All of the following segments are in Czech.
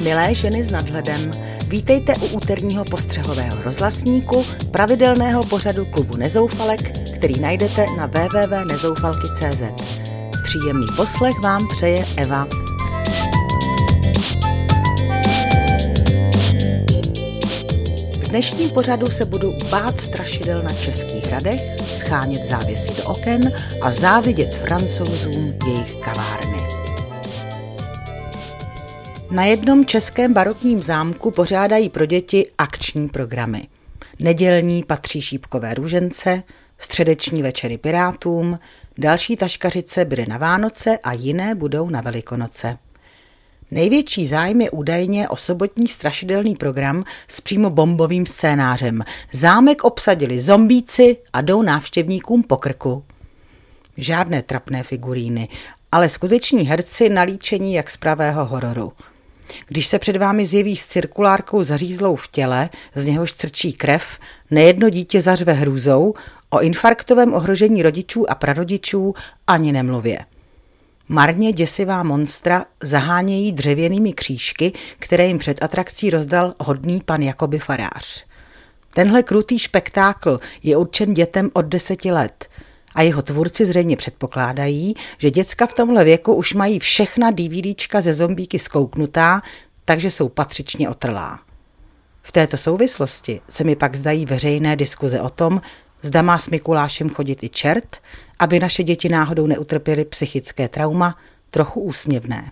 Milé ženy s nadhledem, vítejte u úterního postřehového rozhlasníku, pravidelného pořadu klubu Nezoufalek, který najdete na www.nezoufalky.cz. Příjemný poslech vám přeje Eva. V dnešním pořadu se budu bát strašidel na Českých hradech, schánět závěsy do oken a závidět Francouzům jejich kavárny. Na jednom českém barokním zámku pořádají pro děti akční programy. Nedělní patří šípkové růžence, středeční večery pirátům, další taškařice byly na Vánoce a jiné budou na Velikonoce. Největší zájem je údajně o sobotní strašidelný program s přímo bombovým scénářem. Zámek obsadili zombíci a jdou návštěvníkům po krku. Žádné trapné figuríny, ale skuteční herci na líčení jak z pravého hororu. Když se před vámi zjeví s cirkulárkou zařízlou v těle, z něhož crčí krev, nejedno dítě zařve hrůzou, o infarktovém ohrožení rodičů a prarodičů ani nemluvě. Marně děsivá monstra zahánějí dřevěnými křížky, které jim před atrakcí rozdal hodný pan Jakoby farář. Tenhle krutý špektákl je určen dětem od 10 let a jeho tvůrci zřejmě předpokládají, že děcka v tomhle věku už mají všechna DVDčka ze zombíky zkouknutá, takže jsou patřičně otrlá. V této souvislosti se mi pak zdají veřejné diskuze o tom, zda má s Mikulášem chodit i čert, aby naše děti náhodou neutrpěly psychické trauma, trochu úsměvné.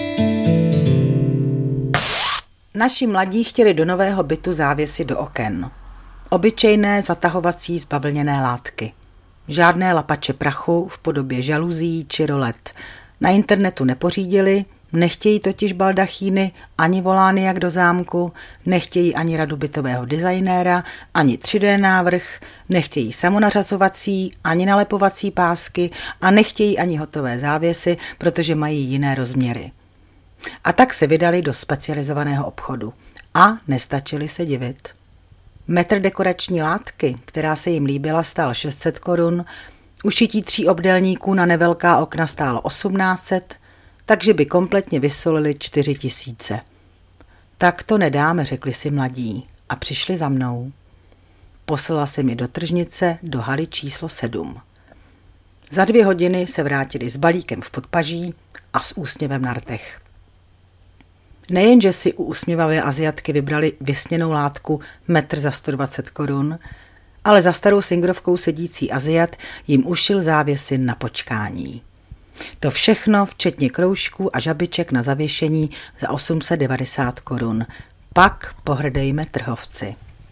Naši mladí chtěli do nového bytu závěsy do oken. Obyčejné zatahovací zbavlněné látky. Žádné lapače prachu v podobě žaluzí či rolet. Na internetu nepořídili, nechtějí totiž baldachíny, ani volány jak do zámku, nechtějí ani radu bytového designéra, ani 3D návrh, nechtějí samonařazovací, ani nalepovací pásky a nechtějí ani hotové závěsy, protože mají jiné rozměry. A tak se vydali do specializovaného obchodu. A nestačili se divit. Metr dekorační látky, která se jim líbila, stál 600 korun, ušití 3 obdélníků na nevelká okna stálo 1800, takže by kompletně vysolili 4000. Tak to nedáme, řekli si mladí a přišli za mnou. Poslala jsem je do tržnice do haly číslo 7. Za 2 hodiny se vrátili s balíkem v podpaží a s úsměvem na rtech. Nejenže si u usměvavé Asiatky vybrali vysněnou látku metr za 120 korun, ale za starou singrovkou sedící Asiat jim ušil závěsy na počkání. To všechno, včetně kroužků a žabiček na zavěšení za 890 korun. Pak pohrdejme trhovci.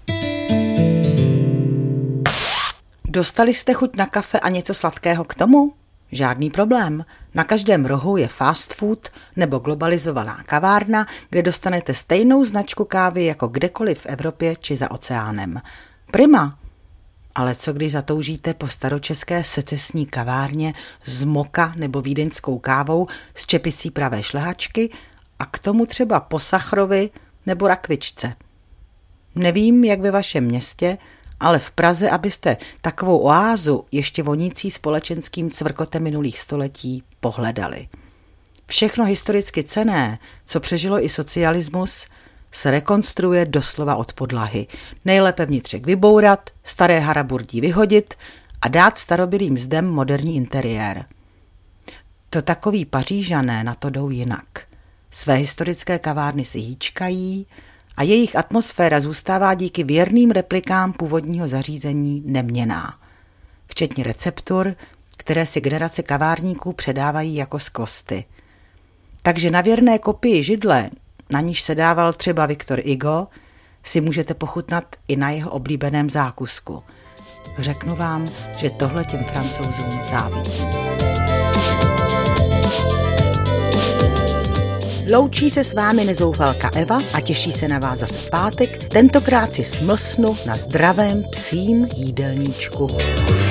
Dostali jste chuť na kafe a něco sladkého k tomu? Žádný problém. Na každém rohu je fast food nebo globalizovaná kavárna, kde dostanete stejnou značku kávy jako kdekoliv v Evropě či za oceánem. Prima! Ale co když zatoužíte po staročeské secesní kavárně s moka nebo vídeňskou kávou z čepicí pravé šlehačky a k tomu třeba po sachrovi nebo rakvičce? Nevím, jak ve vašem městě, ale v Praze, abyste takovou oázu ještě vonící společenským cvrkotem minulých století pohledali. Všechno historicky cenné, co přežilo i socialismus, se rekonstruuje doslova od podlahy. Nejlépe vnitřek vybourat, staré haraburdí vyhodit a dát starobylým zdem moderní interiér. To takoví Pařížané na to jdou jinak. Své historické kavárny si hýčkají a jejich atmosféra zůstává díky věrným replikám původního zařízení neměnná. Včetně receptur, které si generace kavárníků předávají jako skvosty. Takže na věrné kopii židle, na níž se dával třeba Victor Hugo, si můžete pochutnat i na jeho oblíbeném zákusku. Řeknu vám, že tohle těm Francouzům závidím. Loučí se s vámi nezoufalka Eva a těší se na vás zase v pátek. Tentokrát si smlsnu na zdravém psím jídelníčku.